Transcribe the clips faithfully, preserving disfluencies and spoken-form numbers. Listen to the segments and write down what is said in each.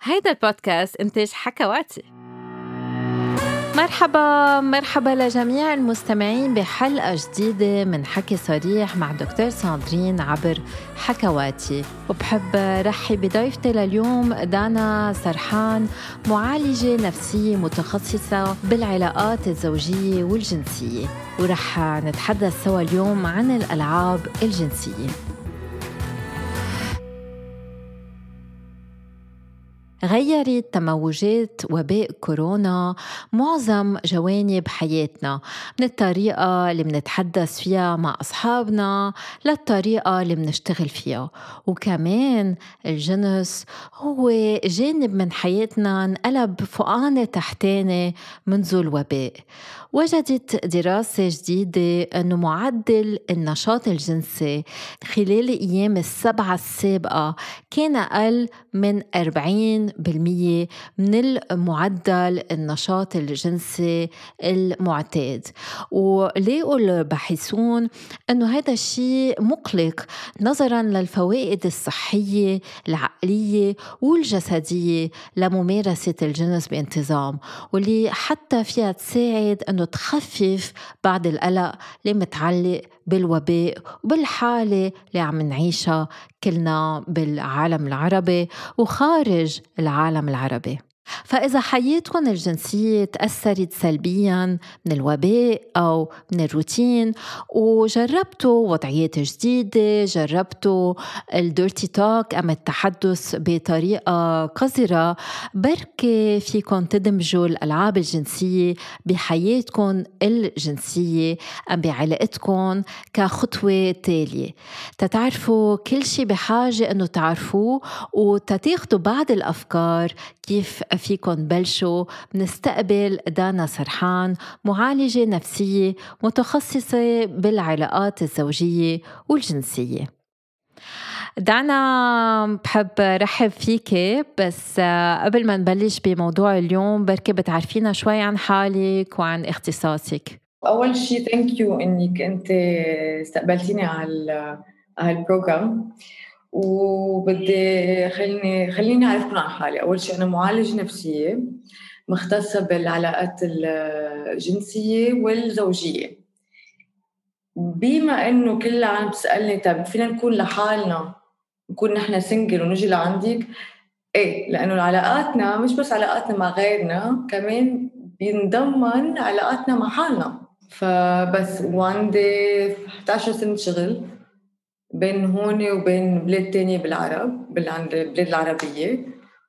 هيدا البودكاست إنتاج حكواتي. مرحبا مرحبا لجميع المستمعين بحلقة جديدة من حكي صريح مع دكتور ساندرين عبر حكواتي. وبحب رحب بضيفتي لليوم دانا سرحان، معالجة نفسية متخصصة بالعلاقات الزوجية والجنسية، ورح نتحدث سوا اليوم عن الألعاب الجنسية. غيرت تموجات وباء كورونا معظم جوانب حياتنا، من الطريقة اللي منتحدث فيها مع أصحابنا للطريقة اللي منشتغل فيها، وكمان الجنس هو جانب من حياتنا انقلب فوقاني تحتاني منذ الوباء. وجدت دراسة جديدة أنه معدل النشاط الجنسي خلال الأيام السبعة السابقة كان أقل من أربعين بالمية من المعدل النشاط الجنسي المعتاد. ولقوا الباحثون أنه هذا الشيء مقلق نظراً للفوائد الصحية العقلية والجسدية لممارسة الجنس بانتظام، واللي حتى فيها تساعد أنه تخفف بعض القلق اللي متعلق بالوباء وبالحالة اللي عم نعيشها كلنا بالعالم العربي وخارج العالم العربي. فإذا حياتكم الجنسية تأثرت سلبياً من الوباء أو من الروتين وجربتوا وضعيات جديدة، جربتوا الديرتي توك أم التحدث بطريقة قذرة، بركي فيكم تدمجوا الألعاب الجنسية بحياتكم الجنسية أم بعلاقتكم كخطوة تالية، تتعرفوا كل شيء بحاجة أنه تعرفوه وتتاخدوا بعض الأفكار كيف فيكن بلشوا. بنستقبل دانا سرحان، معالجة نفسية متخصصة بالعلاقات الزوجية والجنسية. دانا بحب رحب فيك، بس قبل ما نبلش بموضوع اليوم بركي بتعرفينا شوي عن حالك وعن اختصاصك. أول شيء thank you إنك أنت استقبلتيني على هالبروجرام، وبدي خليني خليني أعرفكم عن حالي. أول شيء أنا معالجة نفسية مختصة بالعلاقات الجنسية والزوجية. بما إنه كل عام بتسألني طب فينا نكون لحالنا، نكون نحن سنجل ونجي لعندك؟ إيه، لأنه علاقاتنا مش بس علاقاتنا مع غيرنا، كمان بينضمن علاقاتنا مع حالنا. فبس وعندي إحدى عشرة سنة شغل بين هون وبين بلاد تانية بالعرب بالبلاد العربية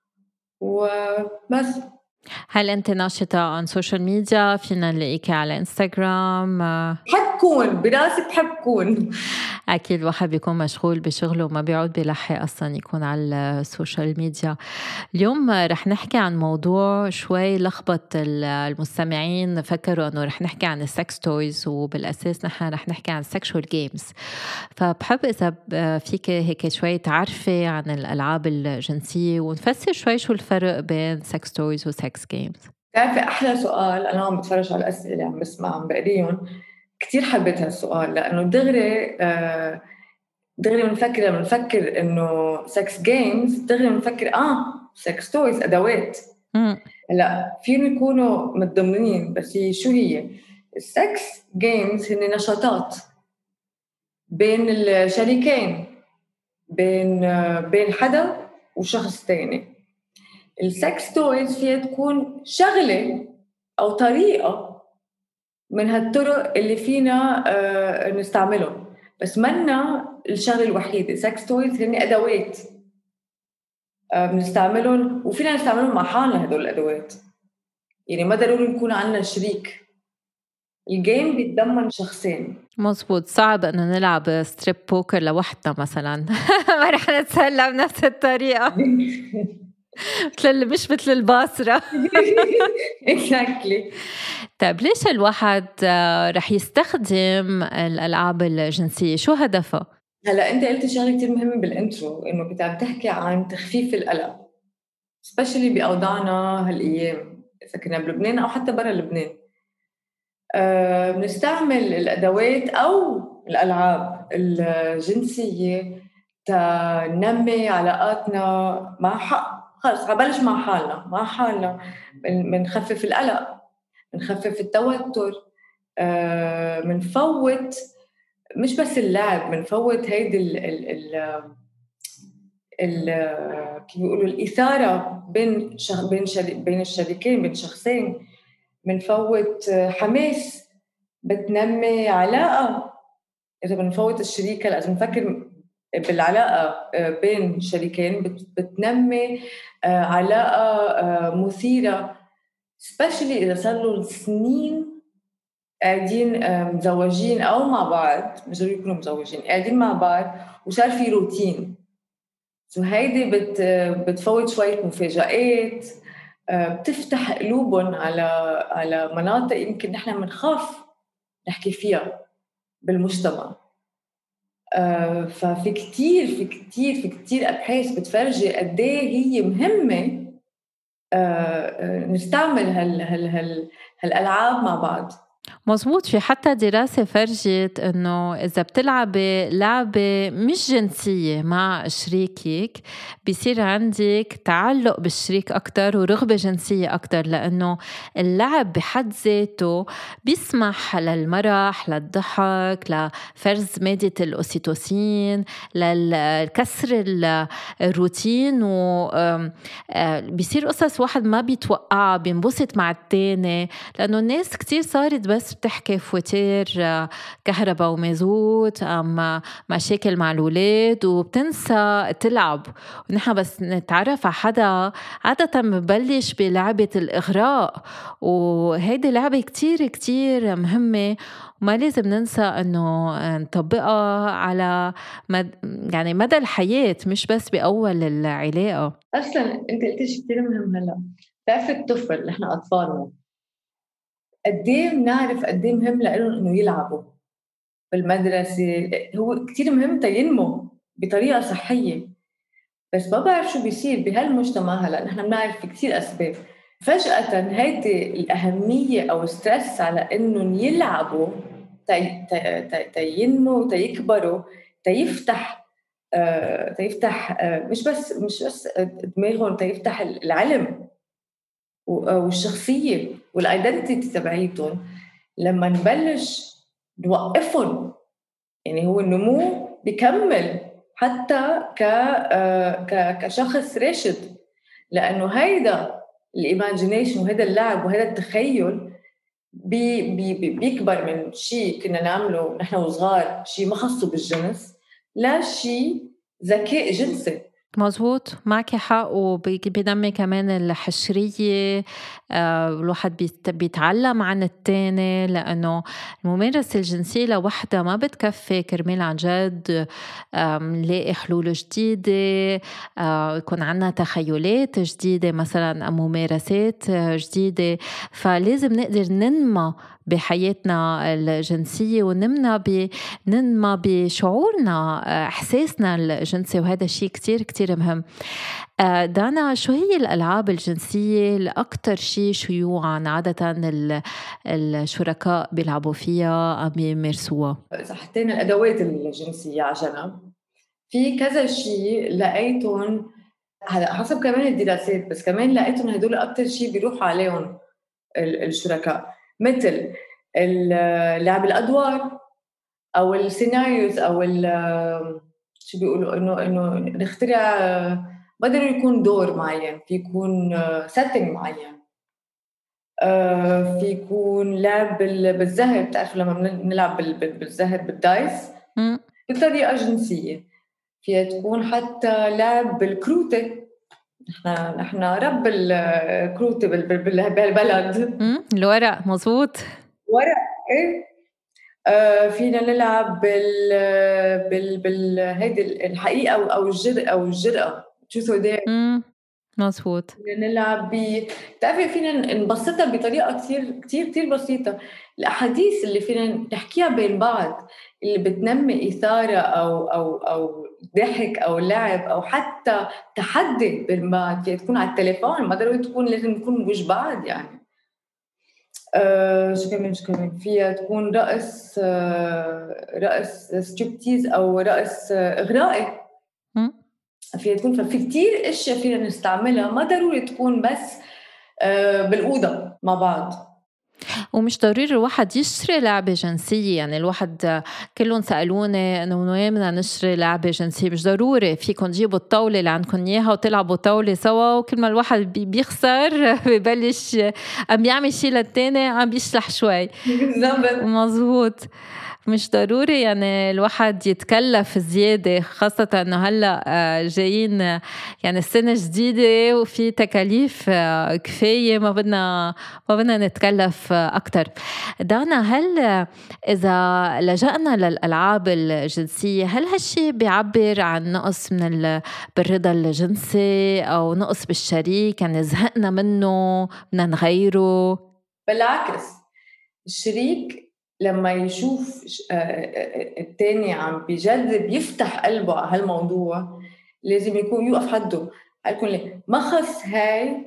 وبس. هل أنت ناشطة عن سوشيال ميديا؟ فينا نلاقيك على إنستغرام؟ بحب كون براسي، بحب كون أكيد واحد بيكون مشغول بشغله وما بيعود بيلحق أصلا يكون على السوشيال ميديا. اليوم رح نحكي عن موضوع شوي لخبط المستمعين، فكروا أنه رح نحكي عن السكس تويز، وبالأساس نحن رح نحكي عن sexual games. فبحب إذا فيك هيك شوي تعرفي عن الألعاب الجنسية ونفسر شوي شو الفرق بين sex toys و sex games. تعرفي أحلى سؤال، أنا عم بتفرج على الأسئلة عم بسمع عم بقريهم، كتير حبيت هالسؤال لأنه دغري آه دغري بنفكر بنفكر إنه sex games دغري بنفكر آه sex toys أدوات. لا، فيهم يكونوا متضمنين، بس هي شو هي السكس جيمز؟ هن نشاطات بين الشريكين، بين بين حدا وشخص تاني. السكس تويز فيها تكون شغلة أو طريقة من هالطرق اللي فينا آه نستعملهم، بس منا الشغلة الوحيدة. سكس تويز هن أدوات آه بنستعملهم، وفينا نستعملهم مع حالنا هدول الأدوات، يعني ما ضروري نكون عنا شريك. الجيم بيتضمن شخصين. مزبوط، صعب انه نلعب ستريب بوكر لوحدنا مثلا ما رح نتسلى بنفس الطريقة مثل مش مثل الباصرة exactly. طيب ليش الواحد رح يستخدم الألعاب الجنسية؟ شو هدفها؟ هلا انت قلت شغله كثير مهمه بالانترو، انه كنت عم تحكي عن تخفيف القلق سبيشلي باوضاعنا هالايام، اذا كنا بلبنان او حتى برا لبنان. أه بنستعمل الادوات او الالعاب الجنسيه تنمي علاقاتنا مع حق خلص عبلش مع حالنا مع حالنا بنخفف القلق، بنخفف التوتر، بنفوت آه مش بس اللعب، بنفوت هيدي ال ال ال ال كيف بيقولوا الإثارة بين شخ بين شري بين الشريكين، بين شخصين، بنفوت حماس بتنمي علاقة. إذا بنفوت الشريكة لازم نفكر بالعلاقة بين شريكين بتنمي علاقة مثيرة، especially إذا صار له سنين قاعدين مزوجين أو مع بعض، مش ضروري يكونوا مزوجين، قاعدين مع بعض وصار في روتين. سو هيدي بت بتفوت شوية مفاجآت، بتفتح قلوبهم على على مناطق يمكن نحن بنخاف نحكي فيها بالمجتمع. آه ففي كتير في كتير في كتير أبحاث بتفرجي قد إيه هي مهمة آه نستعمل هال هال هال هالألعاب مع بعض. مزبوط. في حتى دراسة فرجت إنه إذا بتلعبي لعبة مش جنسية مع شريكك بيصير عندك تعلق بالشريك أكتر ورغبة جنسية أكتر، لأنه اللعب بحد ذاته بيسمح للمرح، للضحك، لفرز مادة الأوسيتوسين، للكسر الروتين، وبيصير قصص واحد ما بيتوقع بينبسط مع التاني، لأنه الناس كتير صارت بس بتحكي فواتير كهرباء ومازوت، أما مشاكل مع الولاد، وبتنسى تلعب. ونحن بس نتعرف على حدا عادة ببلش بلعبة الإغراء، وهيدي لعبة كتير كتير مهمة وما لازم ننسى أنه نطبقها على مد... يعني مدى الحياة، مش بس بأول العلاقة. أصلاً أنت قلت شيء كتير مهم. هلأ تعرف الطفل، نحن أطفالنا قديه بنعرف قديه مهم لهم إنه يلعبوا بالمدرسة، هو كتير مهم تينمو بطريقة صحية. بس ما بعرف شو بيصير بهالمجتمع هلأ، نحن بنعرف في كتير أسباب، فجأة هيدي الأهمية أو ستريس على إنهم يلعبوا تي تي تينمو تيكبروا تيفتح آه تيفتح آه مش بس مش بس دماغهم، تيفتح العلم والشخصية والايدنتيتي تبعيتهم. لما نبلش نوقفهم، يعني هو النمو بيكمل حتى ك ك كشخص راشد، لأنه هيدا الايماجينيشن وهيدا اللعب وهيدا التخيل بي بي بيكبر من شيء كنا نعمله نحن وصغار، شيء ما خصه بالجنس، لا شيء ذكاء جنسي. مزبوط، معك حق. وبينمي كمان الحشرية، آه، الواحد بيتعلم عن التاني، لأنه الممارسة الجنسية لوحدها ما بتكفي كرمال عن جد نلاقي حلول جديدة، آه، يكون عنا تخيلات جديدة مثلا، ممارسات جديدة. فلازم نقدر ننمى بحياتنا الجنسية وننمى ننمى بشعورنا، إحساسنا الجنسي، وهذا شيء كتير كتير مهم. دانا، شو هي الألعاب الجنسية الأكتر شيء شيوعاً عادة الشركاء بيلعبوا فيها أم بيمارسوها؟ إذا حطينا الأدوات الجنسية على جنب، في كذا شيء لقيتهم هلا حسب كمان الدراسات، بس كمان لقيتهم هدول أكتر شيء بيروحوا عليهم الشركاء، مثل لعب الأدوار أو السيناريوز أو شو بيقولوا إنه إنه نخترع، ما ضروري يكون دور معين، في يكون سيتنج معين، في يكون لعب بالزهر. بتعرفوا لما بنلعب بالزهر بالدايس بطريقة جنسية، فيها تكون حتى لعب بالكروتة. نحن نحن رب الكروتة بهالبلد. الورق، مزبوط، ورق. إيه آه فينا نلعب بال بال بال هيدي الحقيقة أو الجرأة أو الجرأة truth or dare. مزبوط. فينا نلعب ب بتعرفي فينا نبسطها بطريقة كتير كتير كتير بسيطة. الأحاديث اللي فينا نحكيها بين بعض اللي بتنمي إثارة أو أو أو ضحك أو لعب أو حتى تحدي بين بعض، فيها تكون على التليفون، ما ضروري تكون لازم نكون بوجه بعض يعني. آه شو كمان شو كمان فيها تكون رقص، آه رقص ستريبتيز أو رقص آه إغرائي. فيها تكون، ففي كتير اشياء فينا نستعملها، ما ضروري تكون بس آه، بالأوضة مع بعض. ومش ضروري الواحد يشتري لعبة جنسية، يعني الواحد كلهم سألوني إنه من وين بدنا نشتري لعبة جنسية. مش ضروري، فيكم تجيبوا الطاولة اللي عندكم إياها وتلعبوا طاولة سوا، وكل ما الواحد بي- بيخسر ببلش عم بيعمل شي للتاني، عم بيشلح شوي. بالضبط. مظبوط. مش ضروري يعني الواحد يتكلف زيادة، خاصة إنه هلأ آه، جايين آه، يعني السنة جديدة وفي تكاليف آه، كفاية، ما بدنا ما بدنا نتكلف آه، أكتر. دانا، هل آه، إذا لجأنا للألعاب الجنسية، هل هالشي بيعبر عن نقص من ال- بالرضا الجنسي أو نقص بالشريك، يعني زهقنا منه بدنا نغيره؟ بالعكس، الشريك لما يشوف ش- آه، آه، آه، التاني عم بيجرب يفتح قلبه على هالموضوع، لازم يكون يوقف حده. قالكم ليه ما خص هاي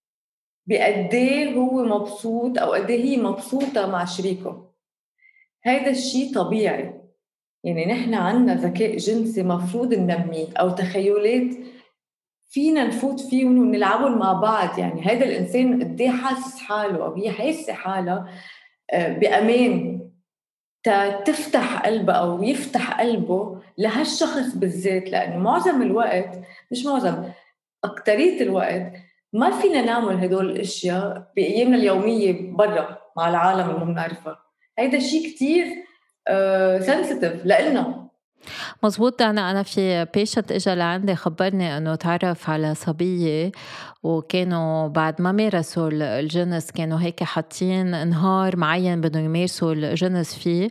بقديه هو مبسوط أو قديه هي مبسوطة مع شريكه. هيدا الشيء طبيعي، يعني نحن عنا ذكاء جنسي مفروض ننميه أو تخيلات فينا نفوت فيهم ونلعبهم مع بعض. يعني هيدا الإنسان قديه حاسس حاله أو هي حاسة حالها آه، بأمان تا تفتح قلبه أو يفتح قلبه لهالشخص بالذات. لأنه معظم الوقت، مش معظم، أكترية الوقت ما فينا نعمل هدول الأشياء بأيامنا اليومية برا مع العالم اللي ما بنعرفها. هيدا شيء كتير سنسيتيف لإلنا. مزبوط. أنا أنا في بيشنت إجا لعندي خبرني إنه تعرف على صبية، وكانوا بعد ما مارسوا ال- الجنس كانوا هيك حاطين نهار معين بدهم يمارسوا الجنس فيه،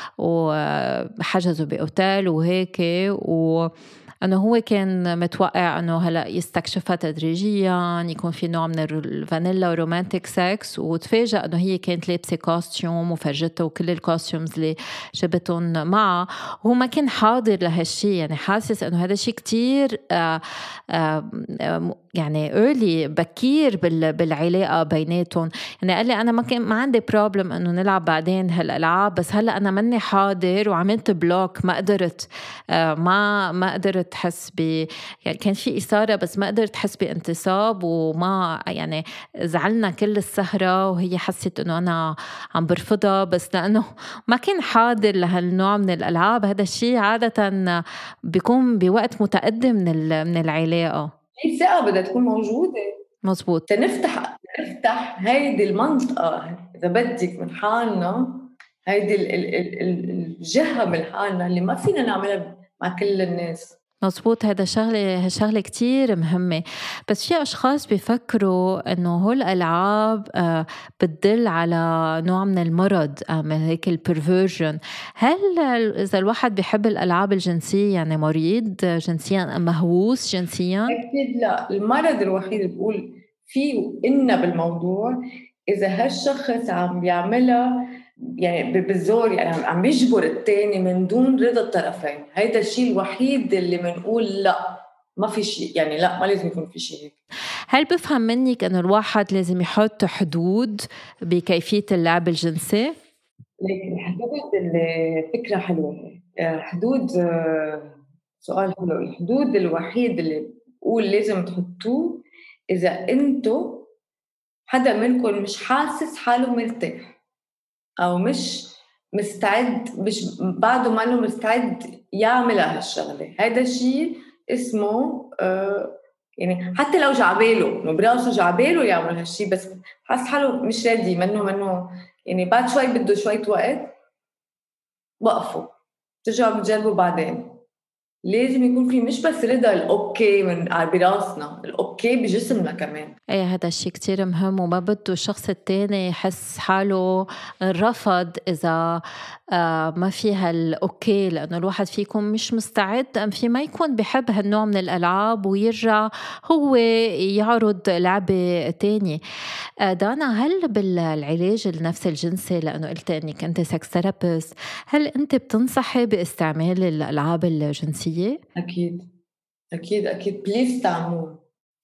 وحجزوا بأوتيل وهيك، و انه هو كان متوقع انه هلا يستكشفها تدريجيا، يكون في نوع من الفانيلا ورومانتيك سكس، وتفاجأ انه هي كانت لابسه كوستيوم وفرجته كل الكوستيومز اللي جابتهم معها. هو ما كان حاضر لهالشي، يعني حاسس انه هذا شيء كتير آه آه يعني early بكير بالعلاقة بيناتهم. يعني قال لي أنا ما كان ما عندي بروبلم إنه نلعب بعدين هالألعاب، بس هلأ أنا مني حاضر وعملت بلوك، ما قدرت آه ما ما قدرت أحس ب يعني كان في إثارة بس ما قدرت أحس بانتصاب، وما يعني زعلنا كل السهرة، وهي حست إنه أنا عم برفضها بس لأنه ما كان حاضر لهالنوع من الألعاب. هذا الشيء عادة بيكون بوقت متقدم من من العلاقة. في ثقة بدها تكون موجودة. مزبوط. تنفتح نفتح هيدي المنطقة إذا بدك من حالنا، هيدي ال- ال- ال- ال- الجهة من حالنا اللي ما فينا نعملها مع كل الناس. مزبوط. هذا شغلة شغلة كتير مهمة. بس في أشخاص بيفكروا إنه هول الألعاب آه، بتدل على نوع من المرض، آه، من هيك البرفيرجن. هل إذا الواحد بيحب الألعاب الجنسية يعني مريض جنسيا أم مهووس جنسيا؟ أكيد لا. المرض الوحيد اللي بقول فيه إن بالموضوع إذا هالشخص عم بيعملها يعني ب- بالزور، يعني عم عم بيجبر التاني من دون رضا الطرفين. هيدا الشيء الوحيد اللي بنقول لا، ما في شيء، يعني لا، ما لازم يكون في شيء هيك. هل بفهم منك أنه الواحد لازم يحط حدود بكيفية اللعب الجنسي؟ لكن الحدود اللي فكرة حلوة هي. آه، حدود آه، سؤال حلو. الحدود الوحيد اللي بقول لازم تحطوه إذا أنتوا حدا منكم مش حاسس حاله مرتاح أو مش مستعد، مش بعده ما إنه مستعد يعمل هالشغلة. هذا الشيء اسمه آه يعني حتى لو جعباله إنه براسه جعباله يعمل هالشيء، بس حاسس حاله مش ريدي منه منه يعني بعد شوي بده شوية وقت، وقفوا ترجعوا بتجربوا بعدين. لازم يكون في مش بس رضا الأوكي من براسنا، الأوكي بجسمنا كمان. ايه، هذا الشيء كتير مهم، وما بده الشخص التاني يحس حاله رفض إذا آه ما في هالأوكي، لأنه الواحد فيكم مش مستعد، أم في ما يكون بحب هالنوع من الألعاب ويرجع هو يعرض لعبة تانية. آه دانا، هل بالعلاج النفسي الجنسي، لأنه قلت أنك أنت سكس ثيرابيست، هل أنت بتنصحي باستعمال الألعاب الجنسية؟ أكيد أكيد أكيد، بليز تعملوه.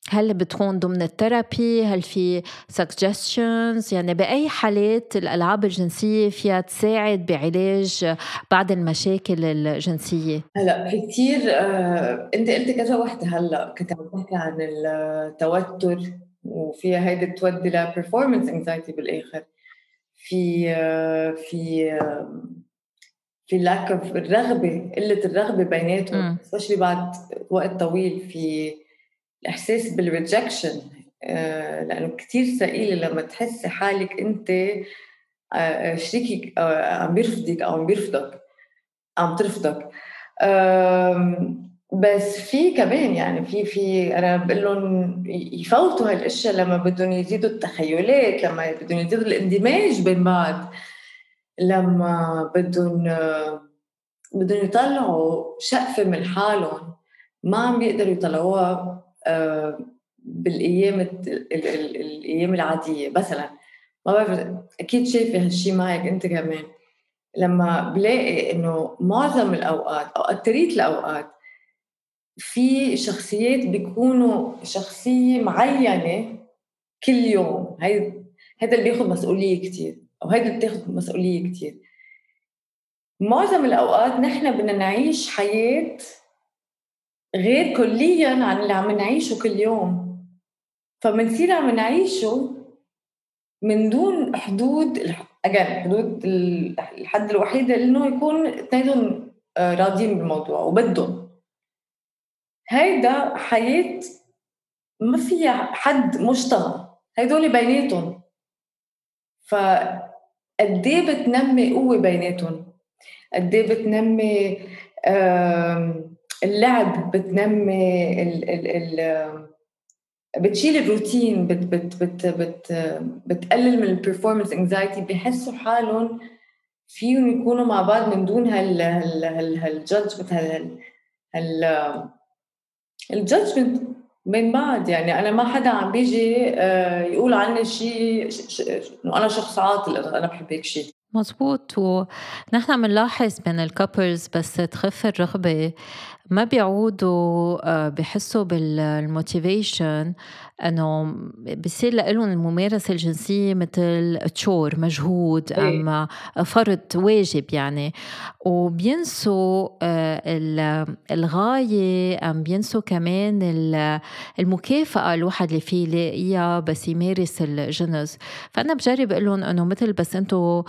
هل بتكون ضمن الثيرابي؟ هل في suggestions؟ يعني بأي حالات الألعاب الجنسية فيها تساعد بعلاج بعض المشاكل الجنسية؟ هلا في كتير آه، انت قلت كذا وحده. هلا كنت عم بحكي عن التوتر وفيها هيدا تودي ل performance anxiety بالاخر. في آه، في آه، في lack of الرغبه، قله الرغبه بيناتهم especially بعد وقت طويل. في الاحساس بالريجكشن، آه، لانه كتير ثقيله لما تحسي حالك انت آه، شريكك آه، عم بيرفضك او عم بيرفضك عم ترفضك. آم، بس في كمان يعني في في انا بقول لهم يفوتوا هالاشياء لما بدهم يزيدوا التخيلات، لما بدهم يزيدوا الاندماج بين بعض، لما بدهم بدهم يطلعوا شقفة من حالهم ما عم بيقدروا يطلعوها آه، بالايام ال- ال- ال- الايام العاديه. مثلا ما بعرف، اكيد شايفه هالشي معك انت كمان. لما بلاقي انه معظم الاوقات او اكثريه الاوقات في شخصيات بيكونوا شخصيه معينه كل يوم، هي هذا اللي بياخذ مسؤوليه كتير، او هيدا اللي بتاخذ مسؤوليه كتير. معظم الاوقات نحن بدنا نعيش حياه غير كليا عن اللي عم نعيشه كل يوم، فبنصير عم نعيشه من دون حدود أجل حدود الحد الوحيد انه يكون اثنينهم راضيين بالموضوع وبدهم. هيدا حياة ما فيها حد مجتمع، هيدول بيناتهم. فقديه بتنمي قوة بيناتهم، قديه بتنمي اللعب، بتنمي ال ال ال بتشيل الروتين، بت بت بت بت بتقلل من البرفورمانس انكزايتي. بيحسوا حالهم فيهم يكونوا مع بعض من دون هال هال هال هالجادجمنت هال هال الجادجمنت بين بعض. يعني انا ما حدا عم بيجي يقول عني شيء انه انا شخص عاطل انا بحب هيك شيء. مزبوط. ونحن عم نلاحظ بين الكابلز بس تخف الرغبة ما بيعودوا بحسوا بالموتيفيشن، انه بيصير لهم الممارسة الجنسية مثل تشور، مجهود ام فرض واجب يعني، وبينسوا الغاية، ام بينسوا كمان المكافأة الواحد اللي فيه لاقيها بس يمارس الجنس. فأنا بجرب اقول لهم انه مثل بس انتوا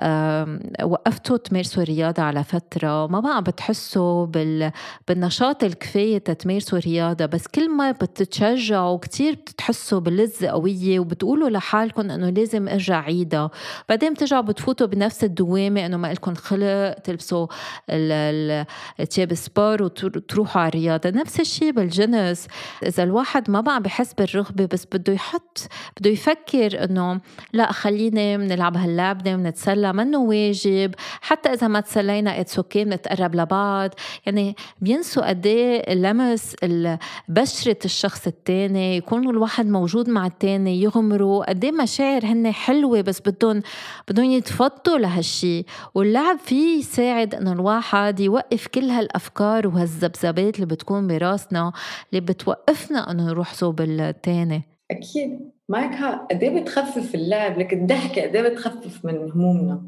وقفتوا تمارسوا الرياضة على فترة، ما بقى بتحسوا بال بالنشاط الكفاية تتمارسوا رياضة، بس كل ما بتتشجعوا كتير بتتحسوا باللذة قوية وبتقولوا لحالكم انه لازم ارجع عيدها. بعدين بترجعوا بتفوتوا بنفس الدوامة انه ما لكم خلق تلبسوا التياب السبور وتروحوا على الرياضة. نفس الشيء بالجنس، اذا الواحد ما بقى بحس بالرغبة بس بده يحط بده يفكر انه لا خلينا منلعب هاللعبة ونتسلى، منه واجب، حتى اذا ما تسلينا اتس اوكي بنتقرب لبعض. يعني بينسوا قديه لمس بشرة الشخص التاني، يكونوا الواحد موجود مع التاني، يغمروا قديه مشاعر هن حلوة بس بدهم بدهم يتفضوا لهالشي. واللعب فيه يساعد انه الواحد يوقف كل هالافكار وهالذبذبات اللي بتكون براسنا اللي بتوقفنا انه نروح صوب التاني. اكيد معك حق، قديه بتخفف اللعب، لكن الضحكة قديه بتخفف من همومنا.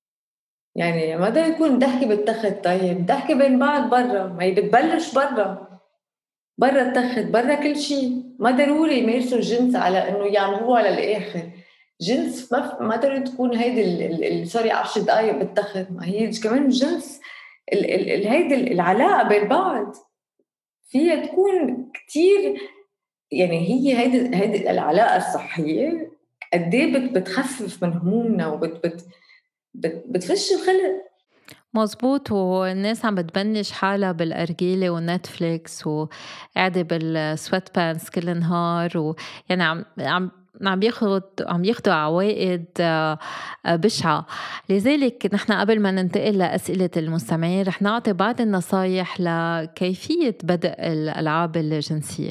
يعني ما ده يكون ضحكة بالتخت، طيب ضحكة بين بعض برا، ما هي بتبلش برا برا التخت، برا كل شيء. ما ضروري يمارسوا الجنس على انه يعملوها للاخر. جنس ما ما ضروري تكون هيدي سوري عشر دقايق بالتخت، ما هي كمان جنس هيدي العلاقة بين بعض فيها تكون كتير. يعني هي هيدي هيدي العلاقة الصحية قديه بتخفف من همومنا وبت بت بت بتفش الخلق. مزبوط. والناس عم بتبنش حالها بالأرجيلة ونتفليكس وقاعدة بالسويت بانس كل نهار، ويعني عم عم عم بياخد عم ياخدوا عوائد بشعة. لذلك نحن قبل ما ننتقل لأسئلة المستمعين رح نعطي بعض النصايح لكيفية بدء الألعاب الجنسية.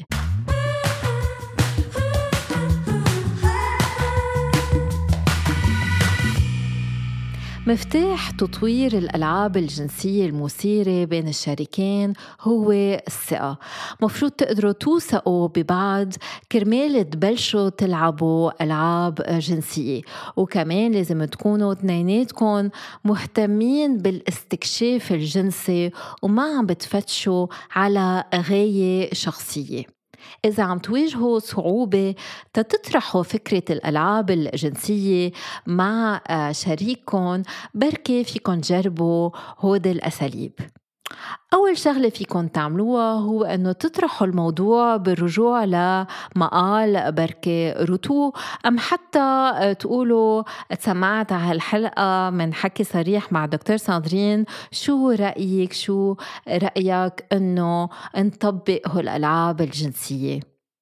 مفتاح تطوير الألعاب الجنسية المثيرة بين الشريكين هو الثقة. مفروض تقدروا توثقوا ببعض كرمال تبلشوا تلعبوا ألعاب جنسية، وكمان لازم تكونوا اثنيناتكم مهتمين بالاستكشاف الجنسي وما عم بتفتشوا على غاية شخصية. إذا عم تواجهوا صعوبة تتطرحوا فكرة الألعاب الجنسية مع شريككم، بركي فيكن تجربوا هود الأساليب. أول شغلة فيكن تعملوها هو أنه تطرحوا الموضوع بالرجوع لمقال بركي روتو، أم حتى تقولوا تسمعت على هالحلقة من حكي صريح مع دكتور ساندرين، شو رأيك شو رأيك أنه نطبق هالألعاب الجنسية.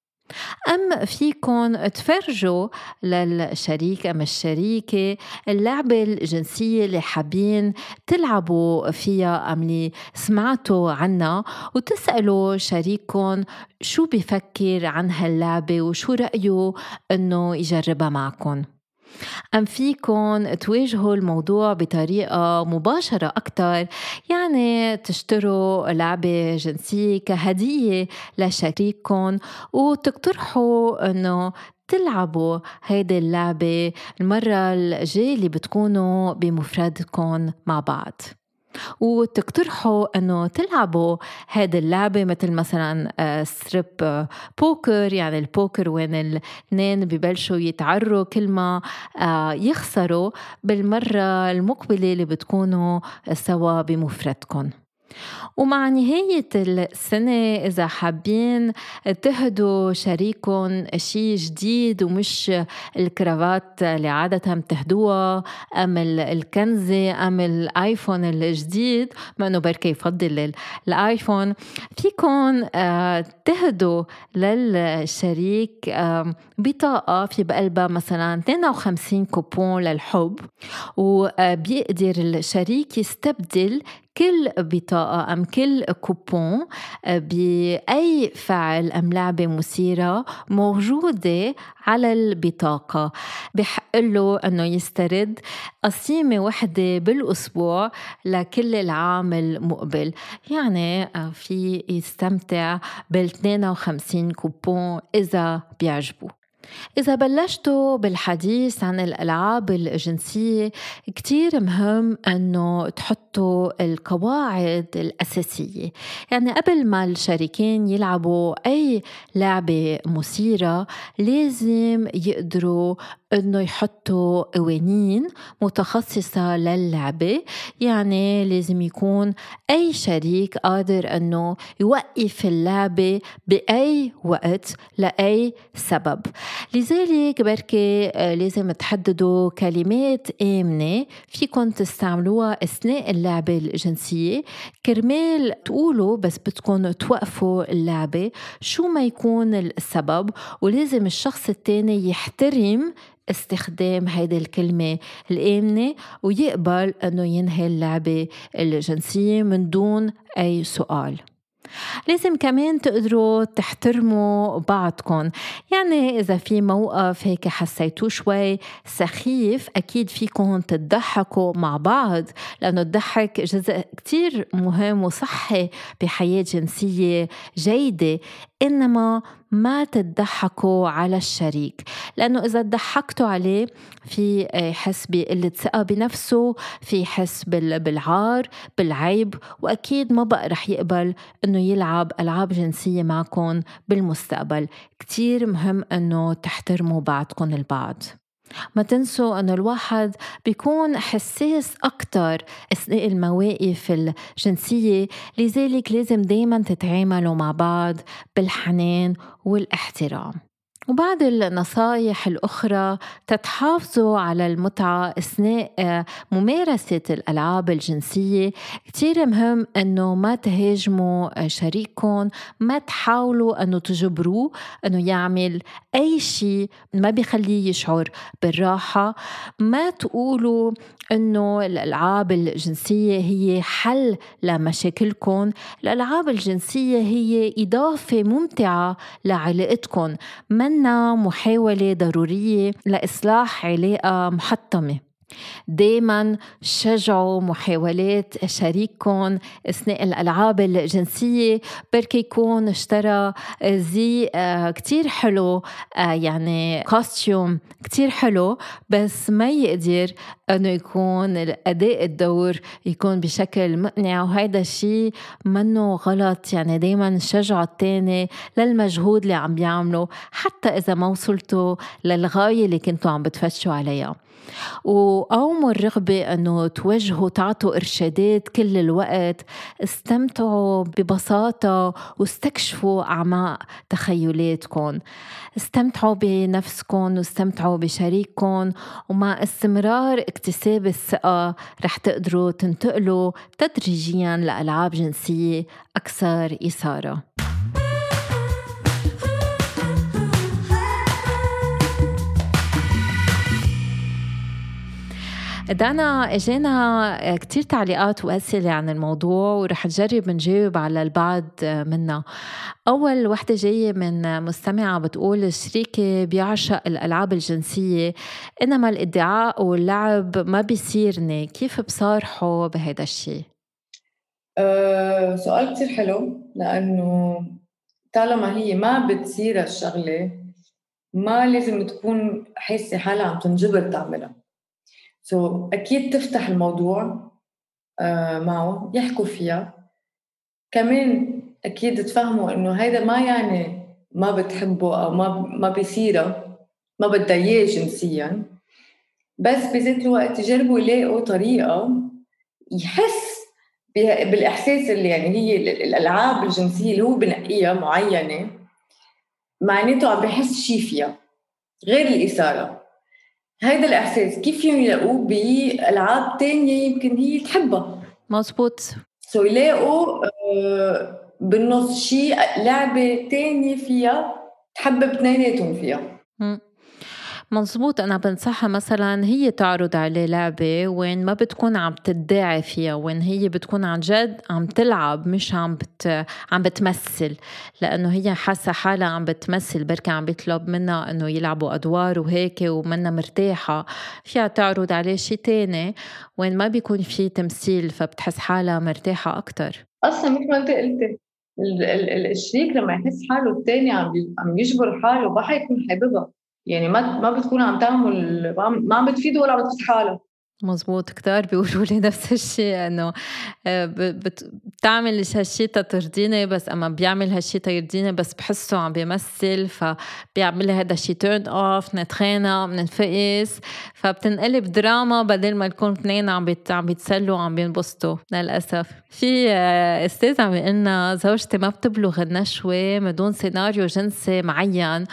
أم فيكن تفرجوا للشريك أم الشريكة اللعبة الجنسية اللي حابين تلعبوا فيها أم اللي سمعتوا عنها، وتسألوا شريككم شو بيفكر عن هاللعبة وشو رأيه أنه يجربها معكم. أم فيكن تواجهوا الموضوع بطريقة مباشرة أكتر، يعني تشتروا لعبة جنسية كهدية لشريككم وتقترحوا أنه تلعبوا هيدي اللعبة المرة الجاية اللي بتكونوا بمفردكم مع بعض، وتقترحوا أنه تلعبوا هذه اللعبة مثل مثلا ستريب بوكر، يعني البوكر وين الاثنين ببلشوا يتعروا كل ما يخسروا بالمرة المقبلة اللي بتكونوا سوا بمفردكم. ومع نهاية السنة إذا حابين تهدوا شريككم شيء جديد ومش الكرافات اللي عادة بتهدوها أم الكنزة أم الآيفون الجديد، ما أنه بركي يفضل الآيفون، فيكن تهدوا للشريك بطاقة في بقلبها مثلا اثنين وخمسين كوبون للحب، وبيقدر الشريك يستبدل كل بطاقة أم كل كوبون بأي فعل أم لعبة مثيرة موجودة على البطاقة. بحق له أنه يسترد قسيمة واحدة بالأسبوع لكل العام المقبل، يعني في يستمتع بال اثنين وخمسين كوبون إذا بيعجبه. إذا بلشتوا بالحديث عن الألعاب الجنسية، كتير مهم أنه تحطوا القواعد الأساسية، يعني قبل ما الشريكين يلعبوا أي لعبة مثيرة لازم يقدروا أنه يحطوا قوانين متخصصة للعبة، يعني لازم يكون أي شريك قادر أنه يوقف اللعبة بأي وقت لأي سبب. لذلك بركي لازم تحددوا كلمات آمنة فيكن تستعملوها أثناء اللعبة الجنسية كرمال تقولوا بس بدكن توقفوا اللعبة شو ما يكون السبب، ولازم الشخص التاني يحترم استخدام هيدي الكلمة الآمنة ويقبل أنه ينهي اللعبة الجنسية من دون أي سؤال. لازم كمان تقدروا تحترموا بعضكم، يعني إذا في موقف هيك حسيتوا شوي سخيف أكيد فيكم تضحكوا مع بعض، لأنه الضحك جزء كتير مهم وصحي بحياة جنسية جيدة، إنما ما تضحكوا على الشريك، لأنه إذا ضحكتوا عليه في حس بقلة ثقة بنفسه، في حس بالعار بالعيب، وأكيد ما بقى رح يقبل أنه يلعب ألعاب جنسية معكم بالمستقبل. كتير مهم أنه تحترموا بعضكم البعض. ما تنسوا أن الواحد بيكون حساس أكتر أثناء المواقف الجنسية، لذلك لازم دايما تتعاملوا مع بعض بالحنان والاحترام. وبعض النصائح الأخرى تتحافظوا على المتعة أثناء ممارسة الألعاب الجنسية. كتير مهم أنه ما تهاجموا شريككم، ما تحاولوا أنه تجبروه أنه يعمل أي شيء ما بيخليه يشعر بالراحة، ما تقولوا أنه الألعاب الجنسية هي حل لمشاكلكم. الألعاب الجنسية هي إضافة ممتعة لعلاقتكم، منا محاولة ضرورية لإصلاح علاقة محطمة. دايما شجعوا محاولات شريككم أثناء الألعاب الجنسية. بركي يكون اشترى زي كتير حلو، يعني كاستيوم كتير حلو، بس ما يقدر أنه يكون الأداء الدور يكون بشكل مقنع، وهيدا الشيء منه غلط. يعني دايما شجعوا التاني للمجهود اللي عم بيعمله حتى إذا ما وصلتوا للغاية اللي كنتوا عم بتفتشوا عليها. وقوموا الرغبة أنه توجهوا تعطوا إرشادات كل الوقت. استمتعوا ببساطة واستكشفوا أعماق تخيلاتكم. استمتعوا بنفسكم واستمتعوا بشريككم، ومع استمرار اكتساب الثقة رح تقدروا تنتقلوا تدريجيا لألعاب جنسية أكثر إثارة. دانا، اجينا كتير تعليقات وأسئلة عن الموضوع ورح نجرب نجاوب على البعض منها. أول وحدة جاية من مستمعة بتقول شريكي بيعشق الألعاب الجنسية، إنما الادعاء واللعب ما بيصيرني، كيف بصارحه بهذا الشيء؟ أه سؤال كتير حلو، لأنه طالما هي ما بتصير الشغلة ما لازم تكون حاسة حالها عم تنجبر تعملها. سو so, أكيد تفتح الموضوع آه معه يحكوا فيها. كمان أكيد تفهموا إنه هيدا ما يعني ما بتحبه أو ما ما بيصيره، ما بدها إياه جنسياً، بس بذات الوقت يجربوا يلاقوا طريقة يحس بالإحساس اللي يعني هي الألعاب الجنسية اللي هو بنقيها معينة، معناته عم بيحس شي فيها غير الإثارة. هيدا الإحساس كيف فيهم يلاقوه بألعاب تانية يمكن هي تحبها؟ مزبوط. سو so يلاقوا آه بالنص شيء لعبة تانية فيها تحبب اثنيناتهم فيها. م. مظبوط. أنا بنصحها مثلا هي تعرض عليه لعبة وين ما بتكون عم تدعي فيها، وين هي بتكون عن جد عم تلعب مش عم بت... عم بتمثل، لأنه هي حاسة حالها عم بتمثل، بركة عم بيطلب منها أنه يلعبوا أدوار وهيك ومنها مرتاحة. فيها تعرض عليه شيء تاني وين ما بيكون فيه تمثيل، فبتحس حالها مرتاحة أكتر. أصلا مثل ما أنت قلتي الشريك لما يحس حاله التاني عم عم يجبر حاله ما حيكون حاببها، يعني ما ما بتكون عم تعمل ما عم بتفيده ولا عم بتفيد حالها. مزبوط. كتار بيقولوا لي نفس الشيء، انه بتعمل هالشيء ترضيني، بس اما بيعمل هالشيء ترضيني بس بحسه عم بيمثل، فبيعمل لي هذا الشيء تيرن اوف، نتخانق بننفقس، فبتنقلب دراما بدل ما نكون اثنين عم بيت عم بيتسلوا عم بينبسطوا. للاسف في استاذ عم يقلنا زوجتي ما بتبلغ النشوه من دون سيناريو جنسي معين،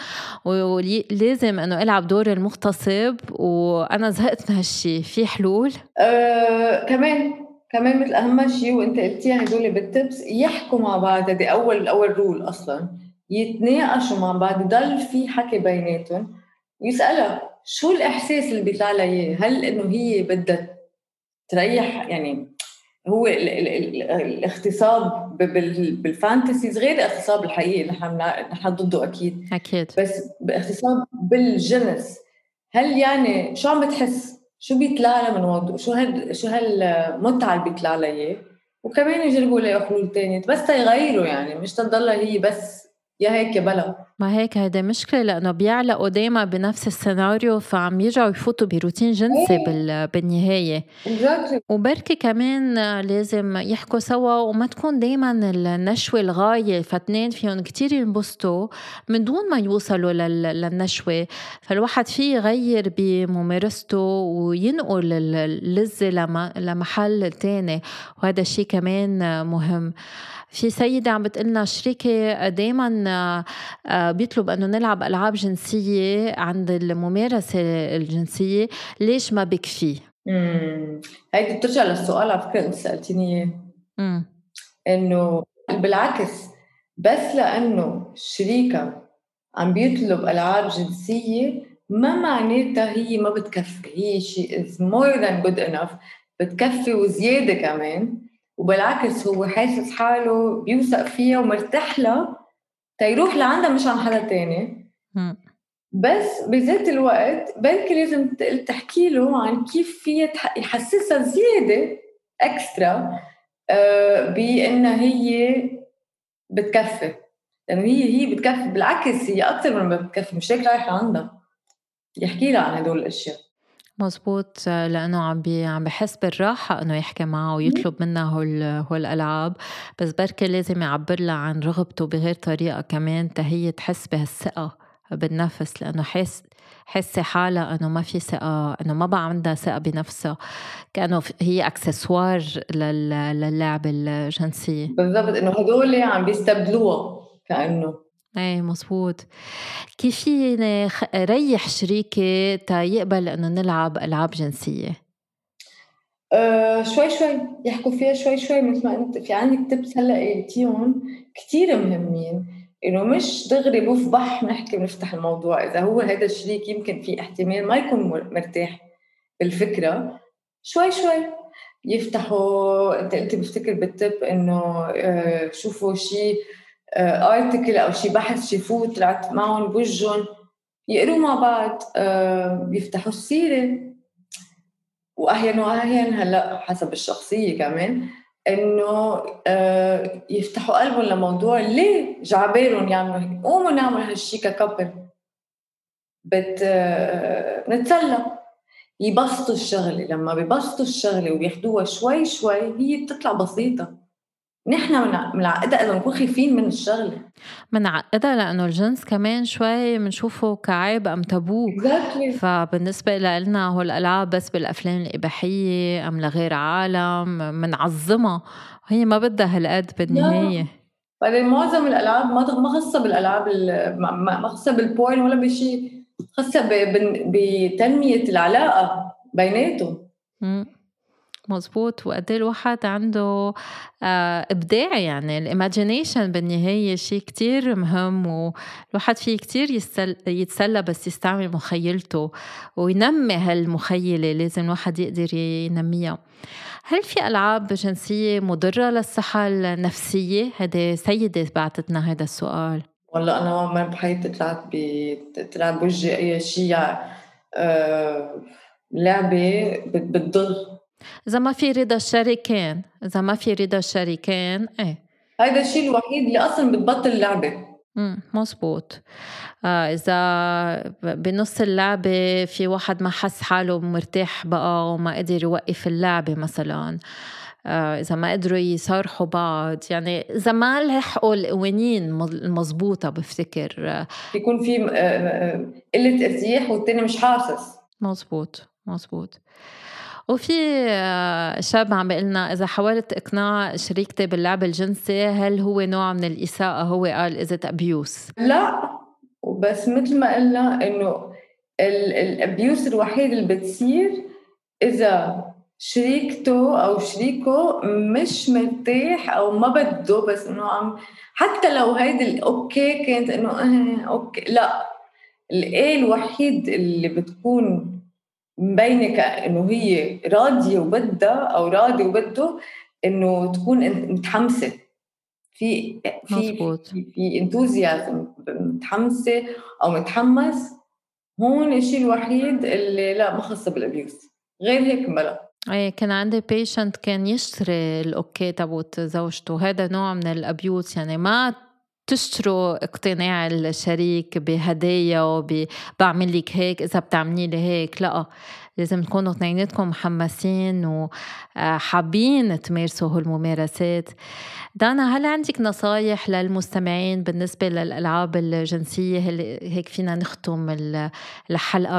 ولازم انه العب دور المغتصب، وانا زهقت من هالشيء. في حلول؟ آه، كمان كمان مثل أهم شيء وأنت قلتيها هدول بالتبس، يحكوا مع بعض. هذه أول أول رول أصلاً، يتناقشوا مع بعض، يضل في حكي بيناتهم، ويسألها شو الإحساس اللي بيطلع لها إياه. هل إنه هي بدها تريح، يعني هو ال ال ال الاغتصاب بالفانتسيز غير الاغتصاب الحقيقي، نحن نحن ضده أكيد أكيد، بس باغتصاب بالجنس. هل يعني شو عم بتحس، شو بيطلع لها من موضوع، شو هال شو هالمتعة اللي بيطلع لها إياه. وكمان يجربوا يلاقوا حلول تانية بس تيغيروا، يعني مش تضلها هي بس يا هيك يا بلا. ما هيك هيدا مشكلة، لأنه بيعلقوا دايما بنفس السيناريو، فعم يرجعوا يفوتوا بروتين جنسي بال... بالنهاية. exactly. وبركي كمان لازم يحكوا سوا، وما تكون دايما النشوة الغاية، فاتنين فيهم كتير ينبسطوا من دون ما يوصلوا لل... للنشوة. فالواحد فيه يغير بممارسته وينقل اللذة لم... لمحل تاني، وهذا الشيء كمان مهم. في سيدة عم بتقلنا شريكي دايما بيطلب أنه نلعب ألعاب جنسية عند الممارسة الجنسية، ليش ما بكفي؟ امم هيدي بترجع للسؤال على فكرة أنت سألتيني إياه، إنه بالعكس، بس لأنه الشريكة عم بيطلب ألعاب جنسية ما معناتها هي ما بتكفي. هي she is more than good enough، بتكفي وزيادة كمان. وبالعكس هو حاسس حاله بيوثق فيها ومرتاح لها تيروح لعندها مش عن حدا تاني. بس بذات الوقت بركي لازم ت- تحكي له عن كيف فيها تح- يحسسها زيادة اكسترا، آه، بأنها هي بتكفي. لأنه هي هي بتكفي، بالعكس هي أكتر من ما بتكفي، مش هيك رايحة عندها يحكي لها عن هدول الأشياء. مزبوط، لأنه عم بي عم بحس بالراحة إنه يحكي معها ويطلب منها هول هول الألعاب، بس بركي لازم يعبر لها عن رغبته بغير طريقة كمان تا هي تحس بهالثقة بالنفس، لأنه حس حاسة حالها إنه ما في ثقة، إنه ما بقى عندها ثقة بنفسها، كأنه ف- هي أكسسوار لل- للعبة الجنسية. بالضبط، إنه هدول عم بيستبدلوها كأنه. ايه مزبوط. كيف فيني خ- ريح شريكي تا يقبل إنه نلعب ألعاب جنسية؟ آه، شوي شوي يحكوا فيها، شوي شوي مثل ما انت في عندك تبس هلا قلتيهم كتير مهمين، انه مش دغري بوف بح نحكي بنفتح الموضوع. اذا هو هذا الشريك يمكن في احتمال ما يكون مر- مرتاح بالفكره، شوي شوي يفتحوا. انت قلتي بفتكر بالتب انه آه، شوفوا شيء ارتكل او شيء بحث شافوه طلعت معهم بوجهن، يقروا مع بعض، آه، يفتحوا السيره. واحيانا واحيانا هلا حسب الشخصيه كمان، انه آه، يفتحوا قلبهم لموضوع ليه جعبالهم يعملوا هيك. قوموا نعمل هالشي ككابل، بت آه، نتسلى، يبسطوا الشغله. لما بيبسطوا الشغله وبياخدوها شوي شوي هي بتطلع بسيطه. نحن بنعقدها اذا بنكون خايفين من الشغله. منعقدها لأنه الجنس كمان شوي منشوفه كعيب أم تابو، اكزاكتلي. فبالنسبة لنا هو الألعاب بس بالأفلام الإباحية أم لغير عالم منعظمها، وهي ما بدها هالقد لا، بالنهاية. بعدين معظم الالعاب ما ما خاصه بالالعاب ال- ما ما- ما خاصه بالبورن ولا بشيء، خاصه ب- بن- بتنميه العلاقه بيناتهم. مم. مزبوط. وقد ايه الواحد عنده آه، إبداع، يعني الإيماجينيشن بالنهاية شيء كتير مهم، والواحد فيه كتير يتسل... يتسلى بس يستعمل مخيلته وينمي هالمخيلة، لازم الواحد يقدر ينميها. هل في ألعاب جنسية مضرة للصحة النفسية؟ هذه سيدة بعتتنا هذا السؤال. والله انا ما بحياتي طلعت ب- طلع بوجهي اي شيء آه، لعبه بت- بتضر. إذا ما في رضا الشريكين، إذا ما في رضا الشريكين إيه. هذا الشيء الوحيد اللي اصلا بتبطل اللعبه. امم مزبوط. آه إذا بنص اللعبة في واحد ما حس حاله مرتاح بقى وما قدر يوقف اللعبة مثلا، آه إذا ما قدروا يصارحوا بعض، يعني إذا ما لحقوا القوانين مز- المزبوطة بفتكر. آه، يكون في آه، آه، قله ارتياح والتاني مش حاسس. مزبوط مزبوط. وفي آه، شاب عم بيقلنا إذا حاولت إقناع شريكتي باللعب الجنسي هل هو نوع من الإساءة؟ هو قال is it abuse. لا، وبس مثل ما قلنا انه الابيوس الوحيد اللي بتصير اذا شريكته او شريكه مش مرتاح او ما بده، بس انه عم حتى لو هيدي الاوكي كانت انه اه اوكي، لا، الايه الوحيد اللي بتكون مبينه كانه هي راضيه وبدها او راضي وبده، انه تكون انت متحمسه، في في مزبوط. في في انثوزيازم، متحمسه او متحمس. هون الشيء الوحيد اللي لا ما خاصه بالابيوز، غير هيك بلا. ايه كان عندي بيشنت كان يشتري الاوكي تبعت زوجته، هذا نوع من الابيوز، يعني ما تشتروا اقتناع الشريك بهدايا وبعمل لك هيك اذا بتعملي لي هيك، لا، لازم تكونوا اثنيناتكم محمسين وحابين تمارسوا هالممارسات. دانا، هل عندك نصايح للمستمعين بالنسبة للألعاب الجنسية؟ هل هيك فينا نختم ال- الحلقة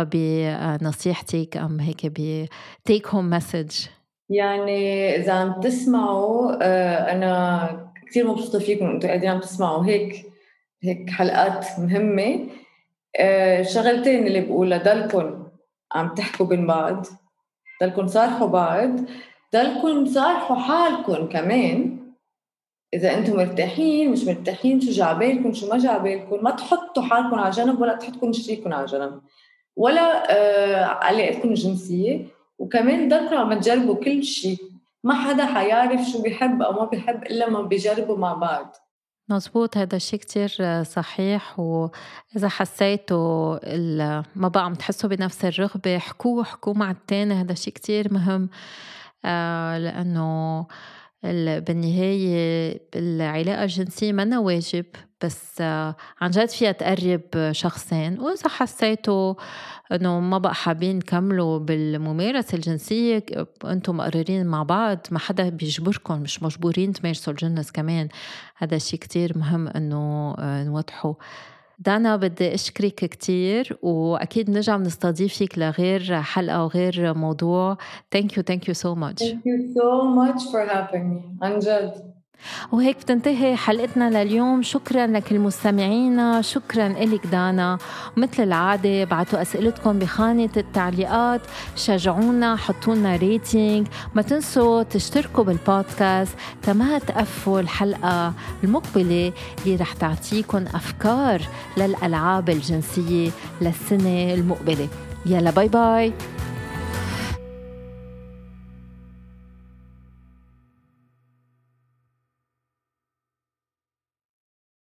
بنصيحتك أم هيك ب take home message؟ يعني اذا عم تسمعوا، آه، انا كثير مبسوطه فيكم انتم قاعدين عم تسمعوا هيك هيك حلقات مهمه. آه، شغلتين اللي بقولها: ضلكم عم تحكوا بين بعض، ضلكم صارحوا بعض، ضلكم صارحوا حالكم كمان. إذا أنتم مرتاحين مش مرتاحين، شو جعبالكم شو ما جعبالكم، ما تحطوا حالكم على جنب ولا تحطوا شريككم على جنب ولا آه علاقتكم الجنسية. وكمان ضلكم عم تجربوا كل شيء، ما حدا حيعرف شو بيحب أو ما بيحب إلا ما بيجربوا مع بعض. مزبوط، هذا الشيء كتير صحيح. وإذا حسيتوا ما بقى عم تحسوا بنفس الرغبة، حكوه حكوه مع التاني، هذا الشيء كتير مهم. آه لأنه بالنهاية العلاقة الجنسية منا واجب، بس آه عن جد فيها تقرب شخصين. وإذا حسيتوا أنه ما بقى حابين كملوا بالممارسة الجنسية، أنتم مقررين مع بعض، ما حدا بيجبركم، مش مجبورين تمارسوا الجنس كمان. هذا الشيء كتير مهم أنه نوضحه. دانا بدي أشكرك كتير، وأكيد نرجع نستضيفك لغير حلقة وغير موضوع. Thank you thank you so much. Thank you so much for having me. عن جد. وهيك بتنتهي حلقتنا لليوم. شكرا لك المستمعين، شكرا إلك دانا. مثل العادة بعتوا أسئلتكم بخانة التعليقات، شجعونا، حطونا ريتينج، ما تنسوا تشتركوا بالبودكاست تما تقفوا الحلقة المقبلة اللي رح تعطيكم أفكار للألعاب الجنسية للسنة المقبلة. يلا باي باي.